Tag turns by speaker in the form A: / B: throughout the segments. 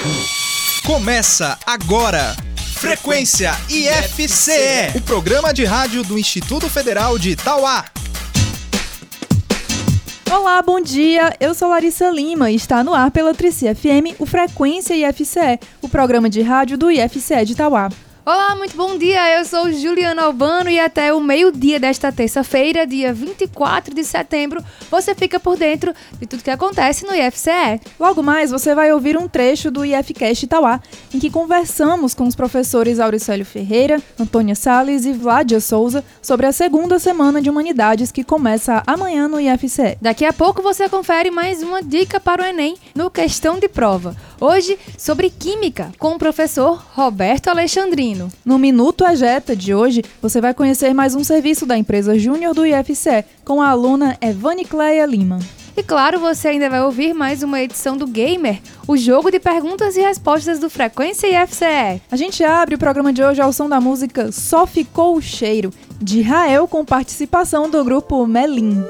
A: Começa agora, Frequência IFCE, o programa de rádio do Instituto Federal de Itauá.
B: Olá, bom dia, eu sou Larissa Lima e está no ar pela Trici FM o Frequência IFCE, o programa de rádio do IFCE de Itauá.
C: Olá, muito bom dia, eu sou Juliana Albano e até o meio-dia desta terça-feira, dia 24 de setembro, você fica por dentro de tudo que acontece no IFCE.
B: Logo mais, você vai ouvir um trecho do IFCast Itauá, em que conversamos com os professores Auricélio Ferreira, Antônia Salles e Vládia Souza sobre a segunda semana de Humanidades que começa amanhã no IFCE.
C: Daqui a pouco você confere mais uma dica para o Enem no Questão de Prova. Hoje, sobre Química, com o professor Roberto Alexandrino.
B: No Minuto Ejeta de hoje, você vai conhecer mais um serviço da empresa Júnior do IFCE, com a aluna Evane Cleia Lima.
C: E claro, você ainda vai ouvir mais uma edição do Gamer, o jogo de perguntas e respostas do Frequência IFCE.
B: A gente abre o programa de hoje ao som da música Só Ficou o Cheiro, de Rael, com participação do grupo Melim.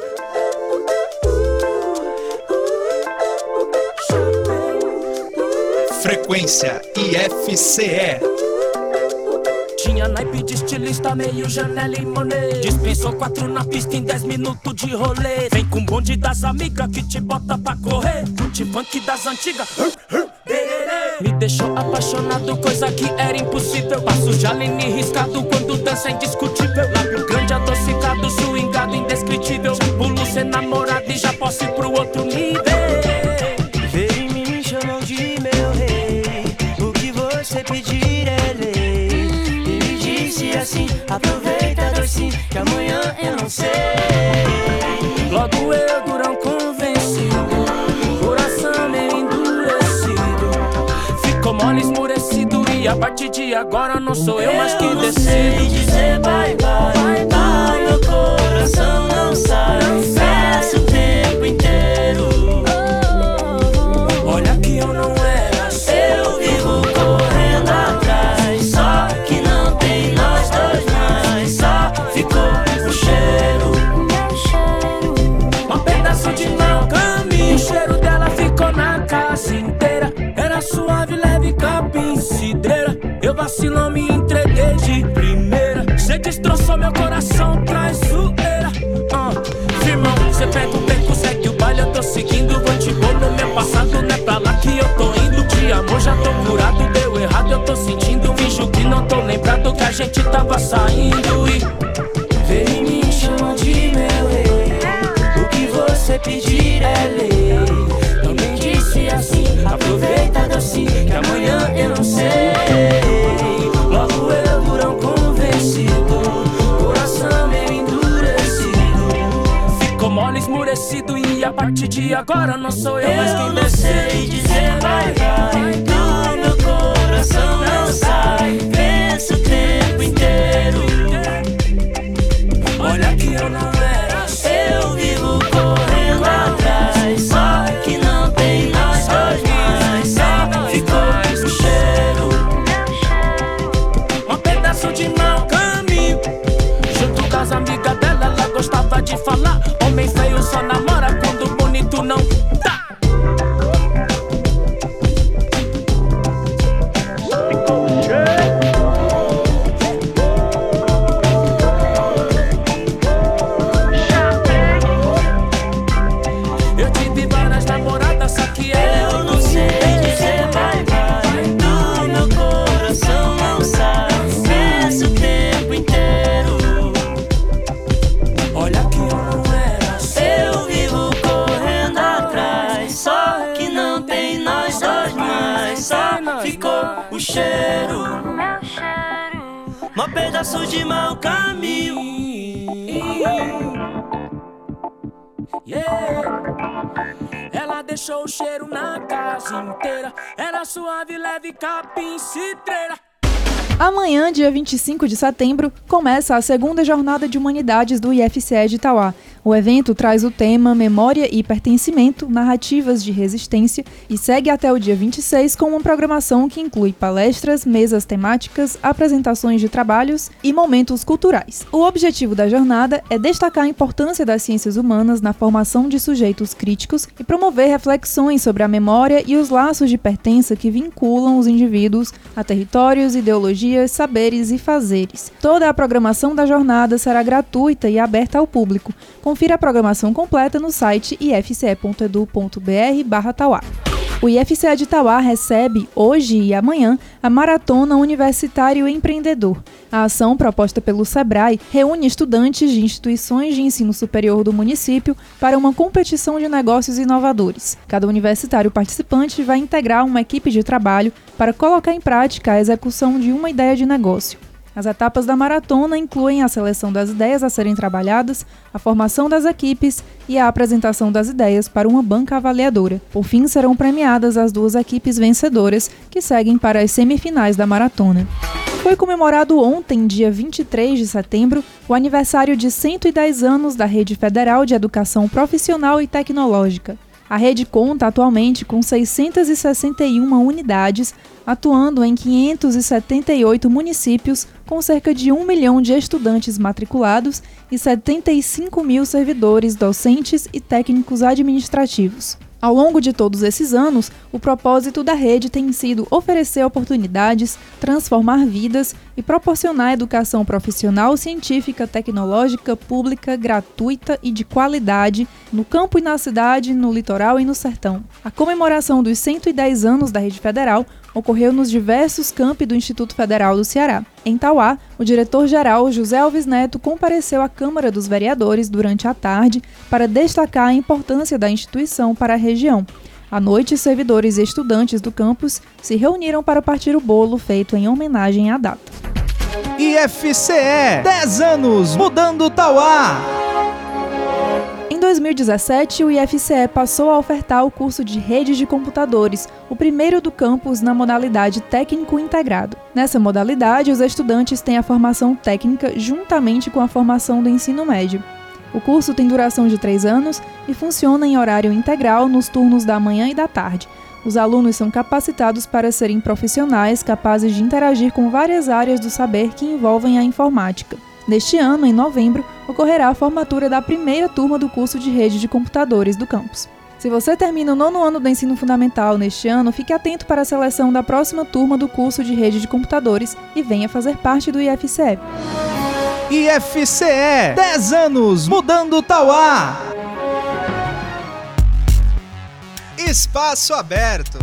A: Frequência IFCE.
D: Tinha naipe de estilista, meio Janela e Monet. Dispensou 4 na pista em 10 minutos de rolê. Vem com o bonde das amigas que te bota pra correr. Funk das antigas, me deixou apaixonado, coisa que era impossível. Passo Jaline riscado quando dança é indiscutível. Lábio grande, adocicado, swingado, indescritível. Pulo ser namorado e já posso ir pro outro nível.
E: Vem em mim, me chamam de meu rei. O que você pedir é lei. E me disse assim, aproveita doce, que amanhã eu não sei.
D: Logo eu, durão convencido, coração meio endurecido. Ficou mole, esmurecido, e a partir de agora não sou eu mais que decido.
E: Eu não sei dizer bye bye, bye, meu coração não sai. Peço o tempo inteiro.
D: Olha que eu não era assim.
E: Eu vivo correndo atrás, só que não tem nós dois mais. Só ficou o cheiro.
D: Um pedaço de mau caminho, o cheiro dela ficou na casa inteira. Era suave, leve, capim, cidreira. Eu vacilão, me entreguei de primeira. Cê destroçou meu coração, traiçoeira. Firmão, cê pega o beco, segue o baile, eu tô seguindo. Vou te pôr no meu passado, não é pra lá que eu tô indo. De amor já tô curado, deu errado, eu tô sentindo. Finjo que não tô lembrado que a gente tava saindo. E
E: vem em mim, chamam de meu rei. O que você pedir é lei. Também disse assim, aproveita doce, que amanhã eu não sei. Logo eu, durão convencido, coração meio endurecido.
D: ficou mole, esmurecido, e a partir de agora não sou eu mais quem
E: Eu não sei dizer bye bye, do meu coração não sai. Penso o tempo inteiro.
D: Olha que eu não era assim.
E: Eu vivo correndo atrás, só que não tem nós dois mais. Só ficou o cheiro.
D: Um pedaço de mau caminho. Junto com as amigas dela, ela gostava de falar. Homem feio só namora quando bonito não tá. Eu tive várias namoradas, só que
E: Eu não sei dizer bye bye, do meu coração não sai. Penso o tempo inteiro.
D: olha que eu não era assim.
E: Eu vivo correndo atrás, só que não tem nós dois mais. Só ficou o cheiro. Um pedaço de mau caminho.
D: Yeah. Ela deixou o cheiro na casa inteira. Era suave, leve, capim, cidreira.
B: Amanhã, dia 25 de setembro, começa a segunda jornada de Humanidades do IFCE de Itauá. O evento traz o tema Memória e Pertencimento, Narrativas de Resistência e segue até o dia 26 com uma programação que inclui palestras, mesas temáticas, apresentações de trabalhos e momentos culturais. O objetivo da jornada é destacar a importância das ciências humanas na formação de sujeitos críticos e promover reflexões sobre a memória e os laços de pertença que vinculam os indivíduos a territórios, ideologias, saberes e fazeres. Toda a programação da jornada será gratuita e aberta ao público. Confira a programação completa no site ifce.edu.br/Tauá. O IFCE de Tauá recebe, hoje e amanhã, a Maratona Universitário Empreendedor. A ação, proposta pelo SEBRAE, reúne estudantes de instituições de ensino superior do município para uma competição de negócios inovadores. Cada universitário participante vai integrar uma equipe de trabalho para colocar em prática a execução de uma ideia de negócio. As etapas da maratona incluem a seleção das ideias a serem trabalhadas, a formação das equipes e a apresentação das ideias para uma banca avaliadora. Por fim, serão premiadas as 2 equipes vencedoras, que seguem para as semifinais da maratona. Foi comemorado ontem, dia 23 de setembro, o aniversário de 110 anos da Rede Federal de Educação Profissional e Tecnológica. A rede conta atualmente com 661 unidades, atuando em 578 municípios, com cerca de 1 milhão de estudantes matriculados e 75 mil servidores docentes e técnicos administrativos. Ao longo de todos esses anos, o propósito da rede tem sido oferecer oportunidades, transformar vidas e proporcionar educação profissional, científica, tecnológica, pública, gratuita e de qualidade no campo e na cidade, no litoral e no sertão. A comemoração dos 110 anos da Rede Federal ocorreu nos diversos campi do Instituto Federal do Ceará. Em Tauá, o diretor-geral José Alves Neto compareceu à Câmara dos Vereadores durante a tarde para destacar a importância da instituição para a região. À noite, servidores e estudantes do campus se reuniram para partir o bolo feito em homenagem à data.
A: IFCE, 10 anos, mudando Tauá!
B: Em 2017, o IFCE passou a ofertar o curso de Redes de Computadores, o primeiro do campus na modalidade técnico integrado. Nessa modalidade, os estudantes têm a formação técnica juntamente com a formação do ensino médio. O curso tem duração de 3 anos e funciona em horário integral nos turnos da manhã e da tarde. Os alunos são capacitados para serem profissionais capazes de interagir com várias áreas do saber que envolvem a informática. Neste ano, em novembro, ocorrerá a formatura da primeira turma do curso de Rede de Computadores do campus. Se você termina o 9º ano do ensino fundamental neste ano, fique atento para a seleção da próxima turma do curso de Rede de Computadores e venha fazer parte do IFCE.
A: IFCE, 10 anos, mudando Tauá! Espaço aberto.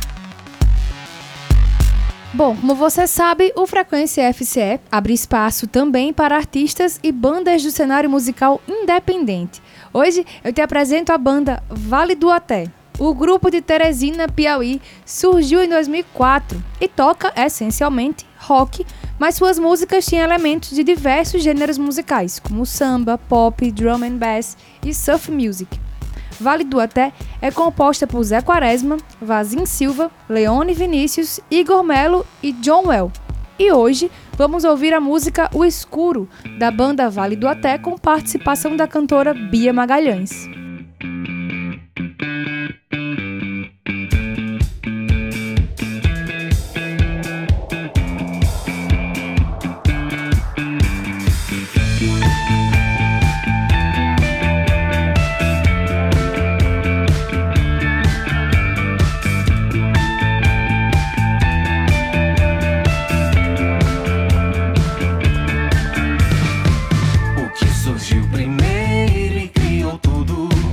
C: Bom, como você sabe, o Frequência FCE abre espaço também para artistas e bandas do cenário musical independente. Hoje eu te apresento a banda Vale do Até. O grupo de Teresina, Piauí, surgiu em 2004 e toca essencialmente rock, mas suas músicas têm elementos de diversos gêneros musicais, como samba, pop, drum and bass e surf music. Vale do Até é composta por Zé Quaresma, Vazim Silva, Leone Vinícius, Igor Melo e John Well. E hoje vamos ouvir a música O Escuro, da banda Vale do Até, com participação da cantora Bia Magalhães.
E: Surgiu primeiro e criou tudo.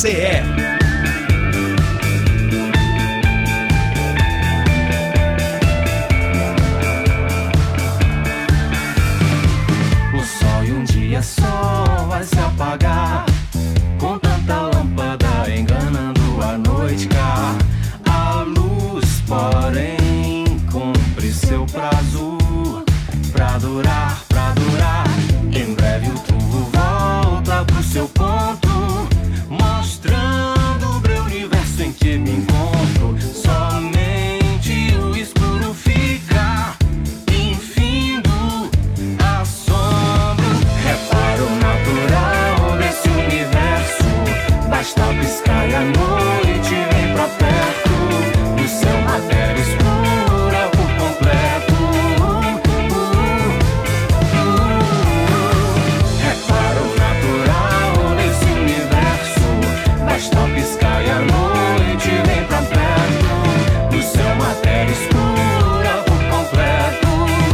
A: FCE.
E: Só vai se apagar com tanta lâmpada enganando a noite cá. A luz, porém, cumpre seu prazo pra durar, pra durar. Em breve o tubo volta pro seu ponto, mostrando o breu universo em que me encontro. Somente o escuro fica, infindo assombro. Reparo natural desse universo, basta piscar e a noite vem pra perto. O céu matéria escura por completo. Reparo natural desse universo, basta piscar e a noite vem pra perto. O céu matéria escura por completo.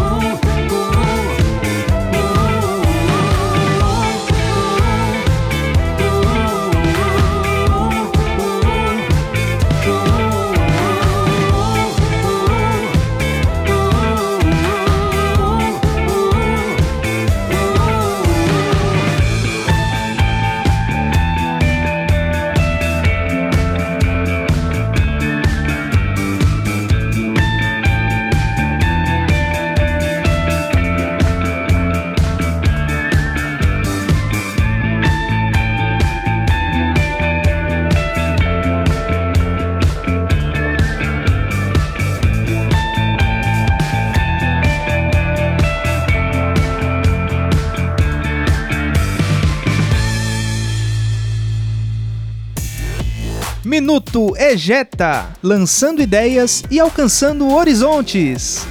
A: Minuto Ejeta, lançando ideias e alcançando horizontes.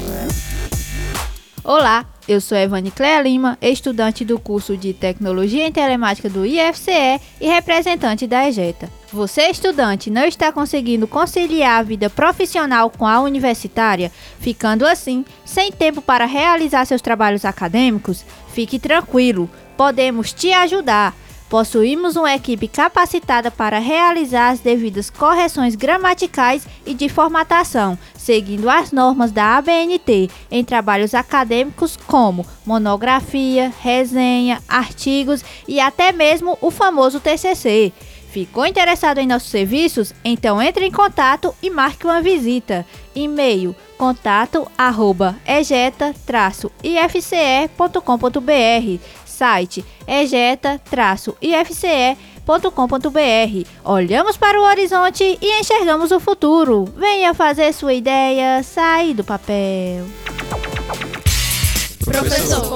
F: Olá, eu sou Evane Cléa Lima, estudante do curso de Tecnologia em Telemática do IFCE e representante da Ejeta. Você, estudante, não está conseguindo conciliar a vida profissional com a universitária, ficando assim, sem tempo para realizar seus trabalhos acadêmicos? Fique tranquilo, podemos te ajudar. Possuímos uma equipe capacitada para realizar as devidas correções gramaticais e de formatação, seguindo as normas da ABNT, em trabalhos acadêmicos como monografia, resenha, artigos e até mesmo o famoso TCC. Ficou interessado em nossos serviços? Então entre em contato e marque uma visita. E-mail contato@ejeta-ifce.com.br, site ejeta-ifce.com.br. Olhamos para o horizonte e enxergamos o futuro. Venha fazer sua ideia sair do papel.
A: Professor,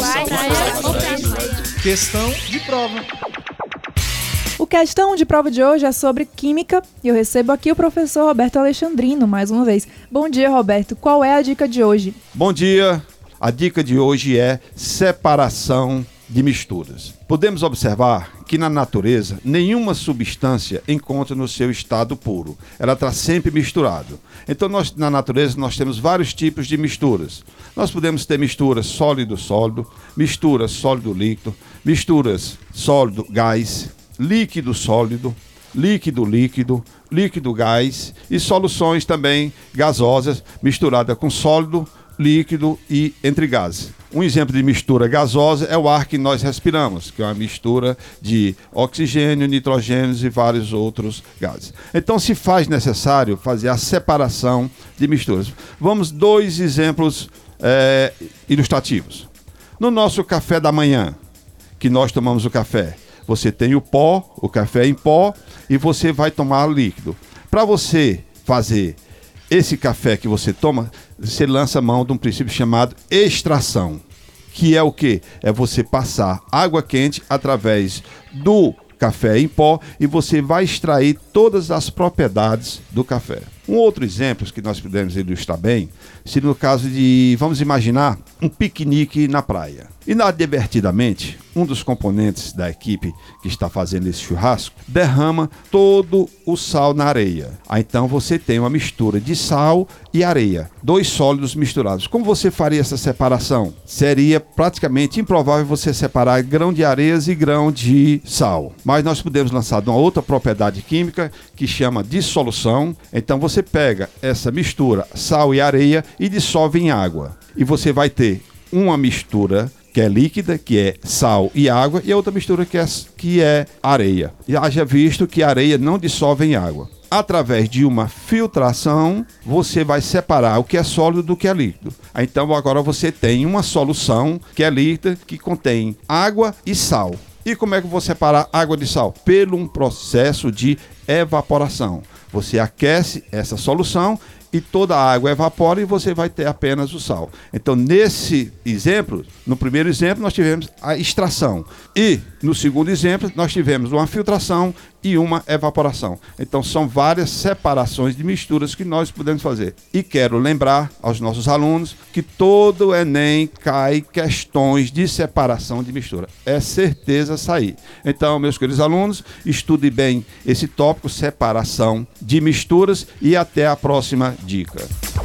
A: questão de prova.
B: O questão de prova de hoje é sobre química e eu recebo aqui o professor Roberto Alexandrino, mais uma vez. Bom dia, Roberto. Qual é a dica de hoje?
G: Bom dia. A dica de hoje é separação de misturas. Podemos observar que na natureza nenhuma substância encontra no seu estado puro. Ela está sempre misturada. Então na natureza nós temos vários tipos de misturas. Nós podemos ter misturas sólido-sólido, misturas sólido-líquido, misturas sólido-gás, líquido-sólido, líquido-líquido, líquido-gás e soluções também gasosas misturadas com sólido, líquido e entre gases. Um exemplo de mistura gasosa é o ar que nós respiramos, que é uma mistura de oxigênio, nitrogênio e vários outros gases. Então se faz necessário fazer a separação de misturas. Vamos dois exemplos ilustrativos. No nosso café da manhã, que nós tomamos o café, você tem o pó, o café em pó, e você vai tomar o líquido. Para você fazer esse café que você toma, você lança a mão de um princípio chamado extração, que é o quê? É você passar água quente através do café em pó e você vai extrair todas as propriedades do café. Um outro exemplo que nós podemos ilustrar bem, seria no caso de, vamos imaginar, um piquenique na praia. Inadvertidamente, um dos componentes da equipe que está fazendo esse churrasco derrama todo o sal na areia. Aí então você tem uma mistura de sal e areia, 2 sólidos misturados. Como você faria essa separação? Seria praticamente improvável você separar grão de areias e grão de sal. Mas nós podemos lançar uma outra propriedade química que chama dissolução. Então você pega essa mistura, sal e areia, e dissolve em água. E você vai ter uma mistura que é líquida, que é sal e água, e a outra mistura que é areia. E haja visto que a areia não dissolve em água. Através de uma filtração, você vai separar o que é sólido do que é líquido. Então agora você tem uma solução que é líquida, que contém água e sal. E como é que eu vou separar água de sal? Pelo um processo de evaporação. Você aquece essa solução e toda a água evapora e você vai ter apenas o sal. Então, nesse exemplo, no primeiro exemplo, nós tivemos a extração. E, no segundo exemplo, nós tivemos uma filtração e uma evaporação. Então, são várias separações de misturas que nós podemos fazer. E quero lembrar aos nossos alunos que todo Enem cai questões de separação de mistura. É certeza sair. Então, meus queridos alunos, estude bem esse tópico, separação de misturas, e até a próxima dica.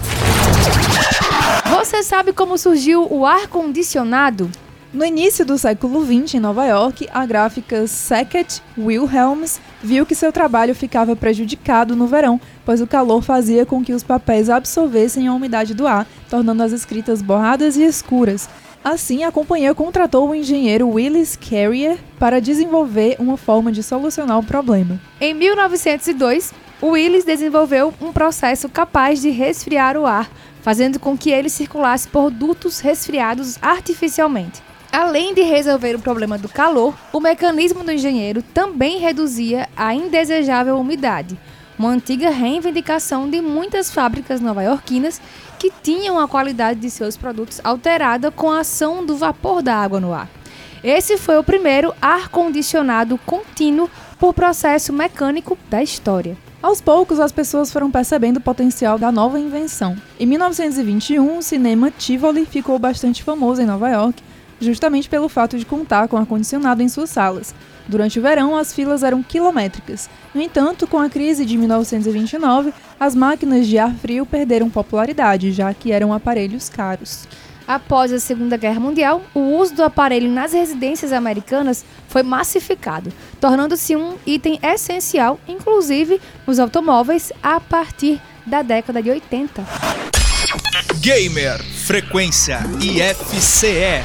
C: Você sabe como surgiu o ar-condicionado?
B: No início do século XX, em Nova York, a gráfica Sackett Wilhelms viu que seu trabalho ficava prejudicado no verão, pois o calor fazia com que os papéis absorvessem a umidade do ar, tornando as escritas borradas e escuras. Assim, a companhia contratou o engenheiro Willis Carrier para desenvolver uma forma de solucionar o problema.
C: Em 1902, Willis desenvolveu um processo capaz de resfriar o ar, fazendo com que ele circulasse por dutos resfriados artificialmente. Além de resolver o problema do calor, o mecanismo do engenheiro também reduzia a indesejável umidade, uma antiga reivindicação de muitas fábricas nova-iorquinas que tinham a qualidade de seus produtos alterada com a ação do vapor da água no ar. Esse foi o primeiro ar-condicionado contínuo por processo mecânico da história.
B: Aos poucos, as pessoas foram percebendo o potencial da nova invenção. Em 1921, o cinema Tivoli ficou bastante famoso em Nova York, justamente pelo fato de contar com ar-condicionado em suas salas. Durante o verão, as filas eram quilométricas. No entanto, com a crise de 1929, as máquinas de ar frio perderam popularidade, já que eram aparelhos caros.
C: Após a Segunda Guerra Mundial, o uso do aparelho nas residências americanas foi massificado, tornando-se um item essencial, inclusive nos automóveis, a partir da década de 80.
A: Gamer Frequência IFCE.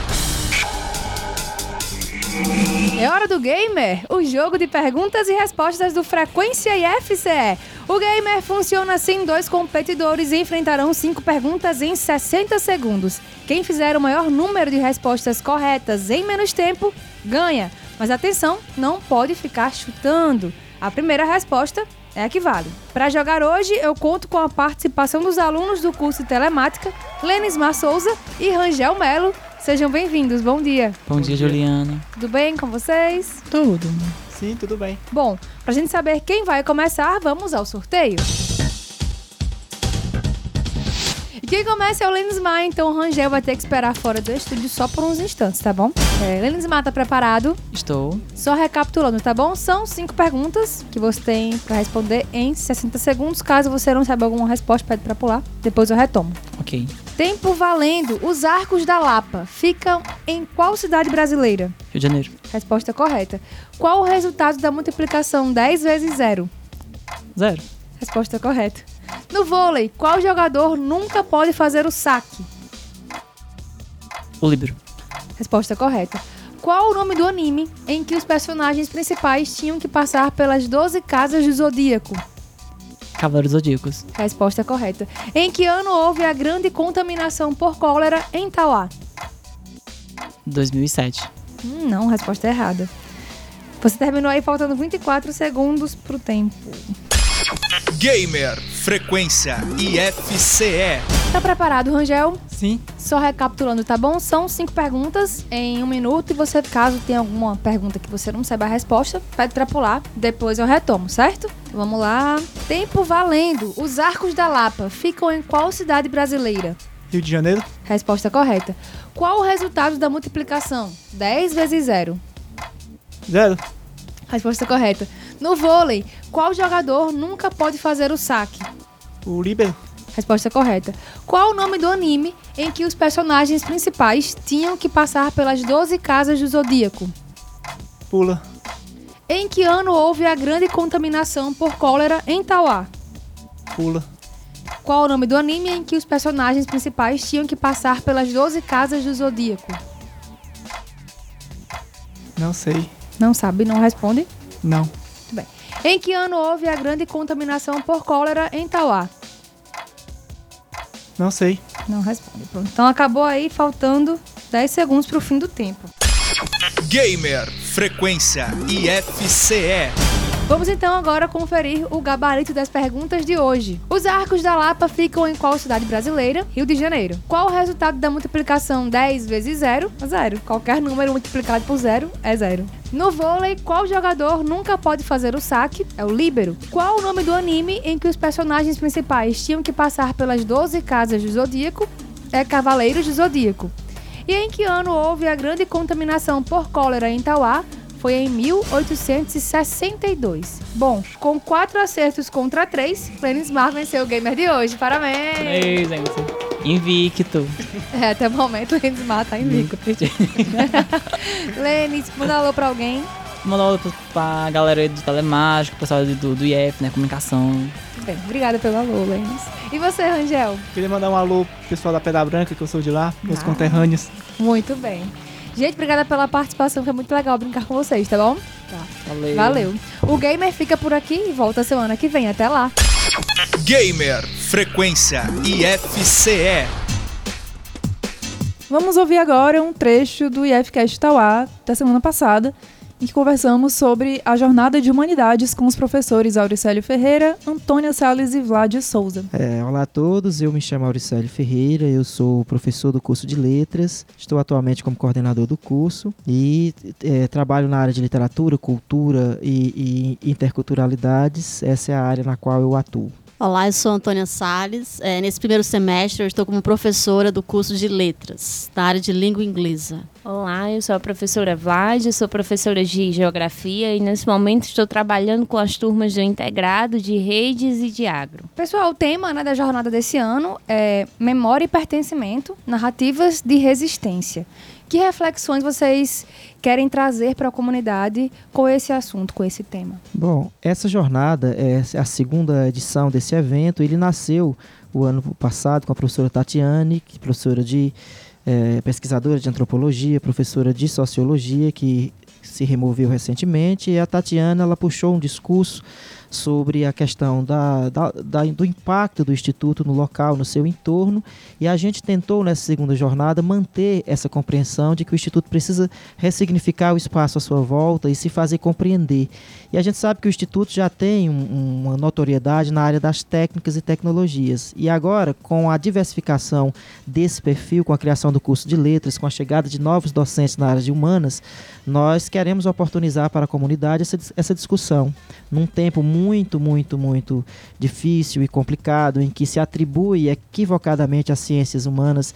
C: É hora do Gamer, o jogo de perguntas e respostas do Frequência IFCE. O Gamer funciona assim: 2 competidores enfrentarão 5 perguntas em 60 segundos. Quem fizer o maior número de respostas corretas em menos tempo, ganha. Mas atenção, não pode ficar chutando. A primeira resposta é a que vale. Para jogar hoje, eu conto com a participação dos alunos do curso de Telemática, Lenismar Souza e Rangel Melo. Sejam bem-vindos, bom dia.
H: Bom dia, Juliana.
C: Tudo bem com vocês?
H: Tudo.
I: Sim, tudo bem.
C: Bom, pra gente saber quem vai começar, vamos ao sorteio. E quem começa é o Lenismar, então o Rangel vai ter que esperar fora do estúdio só por uns instantes, tá bom? Lenismar, tá preparado?
H: Estou.
C: Só recapitulando, tá bom? São 5 perguntas que você tem pra responder em 60 segundos. Caso você não saiba alguma resposta, pede pra pular. Depois eu retomo.
H: Ok.
C: Tempo valendo. Os Arcos da Lapa ficam em qual cidade brasileira?
H: Rio de Janeiro.
C: Resposta correta. Qual o resultado da multiplicação 10 vezes 0?
H: 0.
C: Resposta correta. No vôlei, qual jogador nunca pode fazer o saque?
H: O líbero.
C: Resposta correta. Qual o nome do anime em que os personagens principais tinham que passar pelas 12 casas do Zodíaco?
H: Cavaleiros Zodíacos.
C: Resposta correta. Em que ano houve a grande contaminação por cólera em Tauá?
H: 2007.
C: Não, resposta errada. Você terminou aí faltando 24 segundos pro tempo.
A: Gamer Frequência IFCE.
C: Tá preparado, Rangel?
I: Sim.
C: Só recapitulando, tá bom? São 5 perguntas em 1 minuto e você, caso tenha alguma pergunta que você não saiba a resposta, pede pra pular, depois eu retomo, certo? Vamos lá. Tempo valendo. Os Arcos da Lapa ficam em qual cidade brasileira?
I: Rio de Janeiro?
C: Resposta correta. Qual o resultado da multiplicação? 10 vezes 0.
I: 0.
C: Resposta correta. No vôlei, qual jogador nunca pode fazer o saque?
I: O líbero?
C: Resposta correta. Qual o nome do anime em que os personagens principais tinham que passar pelas 12 casas do Zodíaco?
I: Pula.
C: Em que ano houve a grande contaminação por cólera em Tauá?
I: Pula.
C: Qual o nome do anime em que os personagens principais tinham que passar pelas 12 casas do Zodíaco?
I: Não sei.
C: Não sabe, não responde?
I: Não.
C: Muito bem. Em que ano houve a grande contaminação por cólera em Tauá?
I: Não sei.
C: Não responde. Pronto. Então acabou aí, faltando 10 segundos para o fim do tempo.
A: Gamer Frequência IFCE.
C: Vamos então agora conferir o gabarito das perguntas de hoje. Os Arcos da Lapa ficam em qual cidade brasileira? Rio de Janeiro. Qual o resultado da multiplicação 10 vezes 0? 0. Qualquer número multiplicado por 0 é 0. No vôlei, qual jogador nunca pode fazer o saque? É o líbero. Qual o nome do anime em que os personagens principais tinham que passar pelas 12 casas do Zodíaco? É Cavaleiros do Zodíaco. E em que ano houve a grande contaminação por cólera em Tauá? Foi em 1862. Bom, com 4 acertos contra 3, Lênis Mar venceu o Gamer de hoje. Parabéns!
H: Ei, gente. Invicto.
C: Até o momento, Lênis Mar tá invicto. Lênis, manda alô pra alguém.
H: Manda um alô pra galera aí do Telemágico, pessoal do IF, né? Comunicação.
C: Bem, obrigada pelo alô, Lênis. E você, Rangel?
I: Queria mandar um alô pro pessoal da Pedra Branca, que eu sou de lá, meus conterrâneos.
C: Muito bem. Gente, obrigada pela participação, foi muito legal brincar com vocês, tá bom?
H: Tá, valeu.
C: Valeu. O Gamer fica por aqui e volta semana que vem. Até lá.
A: Gamer Frequência IFCE.
B: Vamos ouvir agora um trecho do IFCast Tauá da semana passada, em que conversamos sobre a jornada de humanidades com os professores Auricélio Ferreira, Antônia Salles e Vlad Souza.
J: Olá a todos, eu me chamo Auricélio Ferreira, eu sou professor do curso de Letras, estou atualmente como coordenador do curso e trabalho na área de literatura, cultura e interculturalidades, essa é a área na qual eu atuo.
K: Olá, eu sou Antônia Salles. Nesse primeiro semestre eu estou como professora do curso de Letras, na área de língua inglesa.
L: Olá, eu sou a professora Vlad, eu sou professora de Geografia e nesse momento estou trabalhando com as turmas do Integrado, de Redes e de Agro.
C: Pessoal, o tema da jornada desse ano é Memória e Pertencimento, Narrativas de Resistência. Que reflexões vocês querem trazer para a comunidade com esse assunto, com esse tema?
J: Bom, essa jornada é a segunda edição desse evento. Ele nasceu o ano passado com a professora Tatiane, professora pesquisadora de antropologia, professora de sociologia, que se removeu recentemente. E a Tatiana, ela puxou um discurso sobre a questão do impacto do Instituto no local, no seu entorno, e a gente tentou nessa segunda jornada manter essa compreensão de que o Instituto precisa ressignificar o espaço à sua volta e se fazer compreender. E a gente sabe que o Instituto já tem uma notoriedade na área das técnicas e tecnologias, e agora, com a diversificação desse perfil, com a criação do curso de letras, com a chegada de novos docentes na área de humanas, nós queremos oportunizar para a comunidade essa discussão, num tempo muito difícil e complicado, em que se atribui equivocadamente às ciências humanas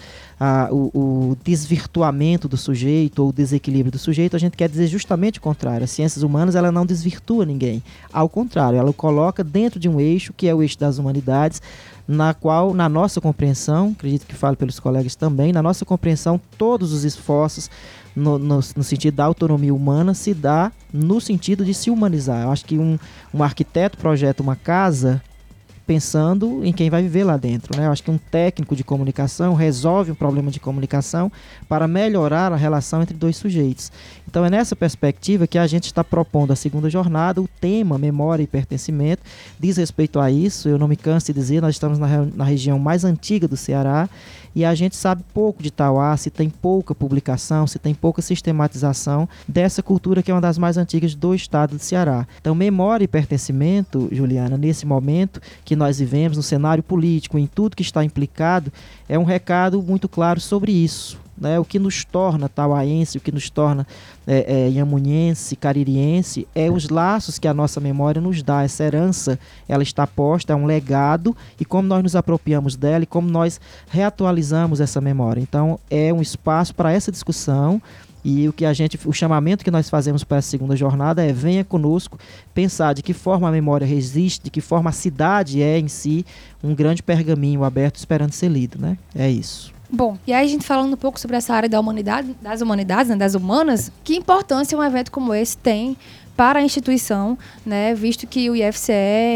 J: o desvirtuamento do sujeito ou o desequilíbrio do sujeito. A gente quer dizer justamente o contrário. As ciências humanas, ela não desvirtua ninguém. Ao contrário, ela o coloca dentro de um eixo, que é o eixo das humanidades, na qual, na nossa compreensão, acredito que falo pelos colegas também, na nossa compreensão, todos os esforços no sentido da autonomia humana se dá no sentido de se humanizar. Eu acho que um arquiteto projeta uma casa pensando em quem vai viver lá dentro, né? Eu acho que um técnico de comunicação resolve um problema de comunicação para melhorar a relação entre dois sujeitos. Então é nessa perspectiva que a gente está propondo a segunda jornada. O tema Memória e Pertencimento diz respeito a isso. Eu não me canso de dizer, nós estamos na região mais antiga do Ceará e a gente sabe pouco de Tauá, se tem pouca publicação, se tem pouca sistematização dessa cultura que é uma das mais antigas do estado do Ceará. Então, memória e pertencimento, Juliana, nesse momento que que nós vivemos, no cenário político, em tudo que está implicado, é um recado muito claro sobre isso. Né? O que nos torna tauaense, o que nos torna inhamuniense, caririense, é os laços que a nossa memória nos dá. Essa herança, ela está posta, é um legado, e como nós nos apropriamos dela e como nós reatualizamos essa memória. Então, é um espaço para essa discussão. E o chamamento que nós fazemos para essa segunda jornada é: venha conosco pensar de que forma a memória resiste, de que forma a cidade é em si um grande pergaminho aberto esperando ser lido, né? É isso.
C: Bom, e aí a gente falando um pouco sobre essa área da humanidade, das humanidades, né, das humanas, que importância um evento como esse tem para a instituição, né, visto que o IFCE,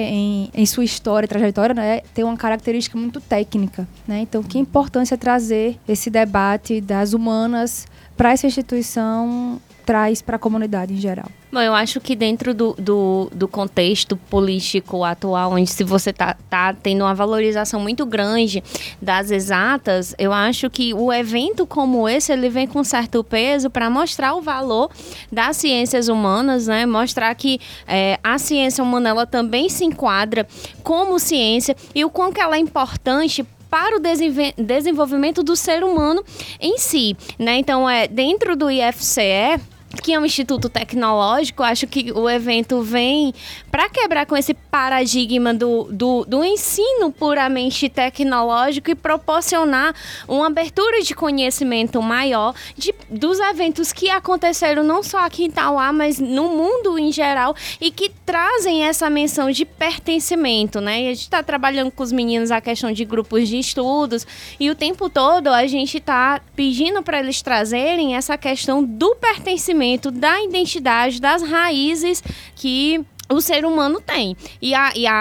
C: em sua história e trajetória, né, tem uma característica muito técnica, né? Então, que importância trazer esse debate das humanas para essa instituição traz para a comunidade em geral?
L: Bom, eu acho que dentro do contexto político atual, onde se você tá tendo uma valorização muito grande das exatas, eu acho que o evento como esse, ele vem com certo peso para mostrar o valor das ciências humanas, né? Mostrar que a ciência humana, ela também se enquadra como ciência e o quão que ela é importante para o desenvolvimento do ser humano em si, né? Então, dentro do IFCE, que é um instituto tecnológico, acho que o evento vem para quebrar com esse paradigma do ensino puramente tecnológico e proporcionar uma abertura de conhecimento maior dos eventos que aconteceram não só aqui em Tauá, mas no mundo em geral, e que trazem essa menção de pertencimento, né? E a gente está trabalhando com os meninos a questão de grupos de estudos, e o tempo todo a gente está pedindo para eles trazerem essa questão do pertencimento, da identidade, das raízes que o ser humano tem. E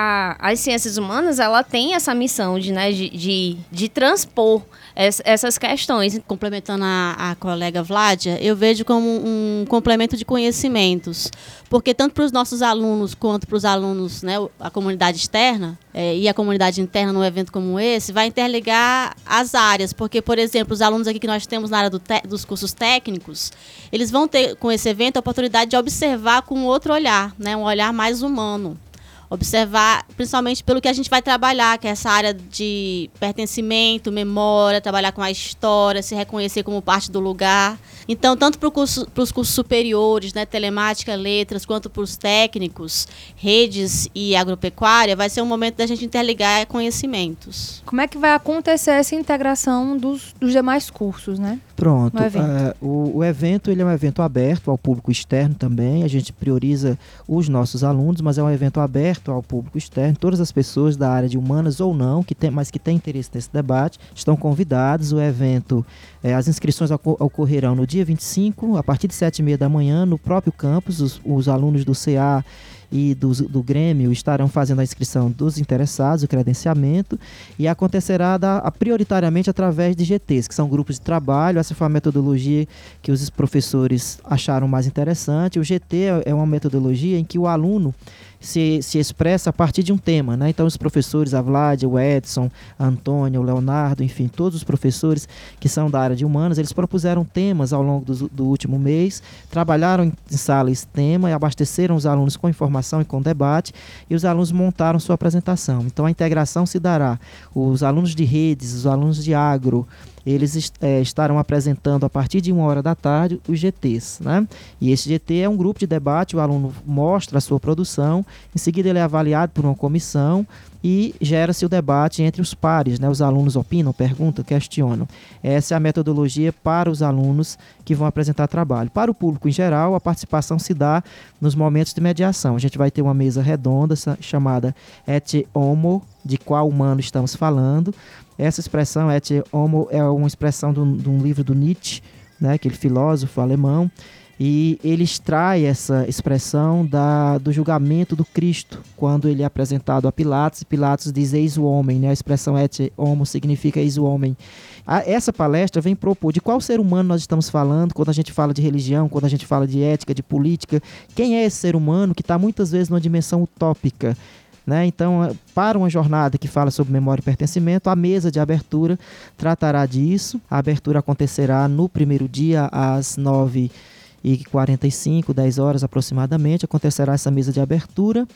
L: as ciências humanas, ela tem essa missão de transpor essas questões.
K: Complementando a colega Vládia, eu vejo como um complemento de conhecimentos, porque tanto para os nossos alunos quanto para os alunos, né, a comunidade externa e a comunidade interna num evento como esse, vai interligar as áreas, porque, por exemplo, os alunos aqui que nós temos na área dos cursos técnicos, eles vão ter, com esse evento, a oportunidade de observar com outro olhar, né, um olhar mais humano. Observar, principalmente pelo que a gente vai trabalhar, que é essa área de pertencimento, memória, trabalhar com a história, se reconhecer como parte do lugar. Então, tanto para os cursos superiores, né, telemática, letras, quanto para os técnicos, redes e agropecuária, vai ser um momento da gente interligar conhecimentos.
C: Como é que vai acontecer essa integração dos demais cursos, né?
J: Pronto. O evento, ele é um evento aberto ao público externo também. A gente prioriza os nossos alunos, mas é um evento aberto ao público externo. Todas as pessoas da área de humanas ou não, mas que têm interesse nesse debate, estão convidados. O evento, as inscrições ocorrerão no dia 25, a partir de 7h30 da manhã, no próprio campus. Os alunos do CA e do Grêmio estarão fazendo a inscrição dos interessados, o credenciamento, e acontecerá prioritariamente através de GTs, que são grupos de trabalho. Essa foi a metodologia que os professores acharam mais interessante. O GT é uma metodologia em que o aluno se expressa a partir de um tema, né? Então, os professores, a Vládia, o Edson, a Antônia, o Leonardo, enfim, todos os professores que são da área de humanas, eles propuseram temas ao longo do último mês, trabalharam em sala esse tema e abasteceram os alunos com informação e com debate, e os alunos montaram sua apresentação. Então, a integração se dará. Os alunos de redes, os alunos de agro, eles estarão apresentando a partir de 1h da tarde os GTs, né? E esse GT é um grupo de debate, o aluno mostra a sua produção, em seguida ele é avaliado por uma comissão e gera-se o debate entre os pares, né? Os alunos opinam, perguntam, questionam. Essa é a metodologia para os alunos que vão apresentar trabalho. Para o público em geral, a participação se dá nos momentos de mediação. A gente vai ter uma mesa redonda chamada Et Homo, de qual humano estamos falando. Essa expressão, Et Homo, é uma expressão de um livro do Nietzsche, né, aquele filósofo alemão, e ele extrai essa expressão do julgamento do Cristo, quando ele é apresentado a Pilatos, e Pilatos diz eis o homem, né? A expressão Et Homo significa eis o homem. Essa palestra vem propor de qual ser humano nós estamos falando, quando a gente fala de religião, quando a gente fala de ética, de política. Quem é esse ser humano que está muitas vezes numa dimensão utópica, né? Então, para uma jornada que fala sobre memória e pertencimento, a mesa de abertura tratará disso. A abertura acontecerá no primeiro dia, às 9h45, 10 horas aproximadamente, acontecerá essa mesa de abertura.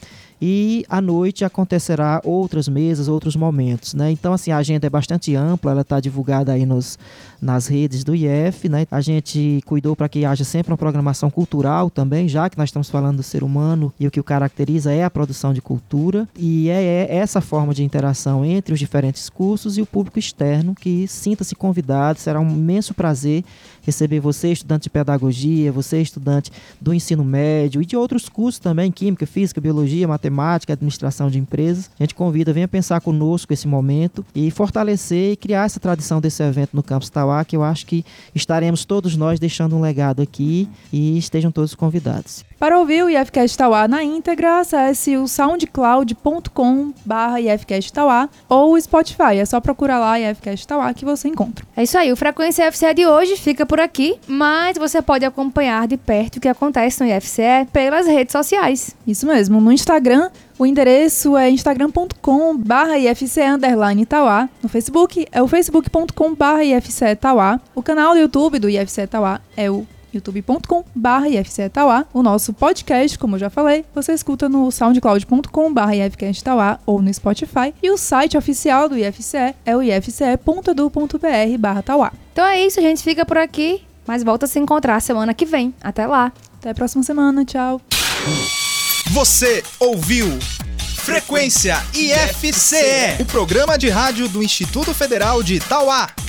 J: e à noite acontecerá outras mesas, outros momentos, né? Então, assim, a agenda é bastante ampla, ela está divulgada aí nas redes do IF, né? A gente cuidou para que haja sempre uma programação cultural também, já que nós estamos falando do ser humano e o que o caracteriza é a produção de cultura, e é essa forma de interação entre os diferentes cursos e o público externo que sinta-se convidado. Será um imenso prazer receber você, estudante de pedagogia, você, estudante do ensino médio e de outros cursos também, química, física, biologia, matemática, administração de empresas. A gente convida, venha pensar conosco esse momento e fortalecer e criar essa tradição desse evento no Campus Tauá, que eu acho que estaremos todos nós deixando um legado aqui, e estejam todos convidados.
B: Para ouvir o IFCast Tauá na íntegra, acesse o soundcloud.com/IFCast Tauá ou o Spotify. É só procurar lá IFCast Tauá que você encontra.
C: É isso aí, o Frequência IFCE de hoje fica por aqui, mas você pode acompanhar de perto o que acontece no IFCE pelas redes sociais.
B: Isso mesmo, no Instagram, o endereço é instagram.com/IFCE_Tauá. No Facebook, é o facebook.com/IFCE Tauá. O canal do YouTube do IFCE Tauá é o youtube.com/IFCE Tauá. O nosso podcast, como eu já falei, você escuta no soundcloud.com/IFCast Tauá ou no Spotify. E o site oficial do IFCE é o ifce.edu.br/Tauá.
C: Então é isso, a gente fica por aqui, mas volta a se encontrar semana que vem. Até lá.
B: Até a próxima semana, tchau.
A: Você ouviu Frequência IFCE, o programa de rádio do Instituto Federal de Tauá.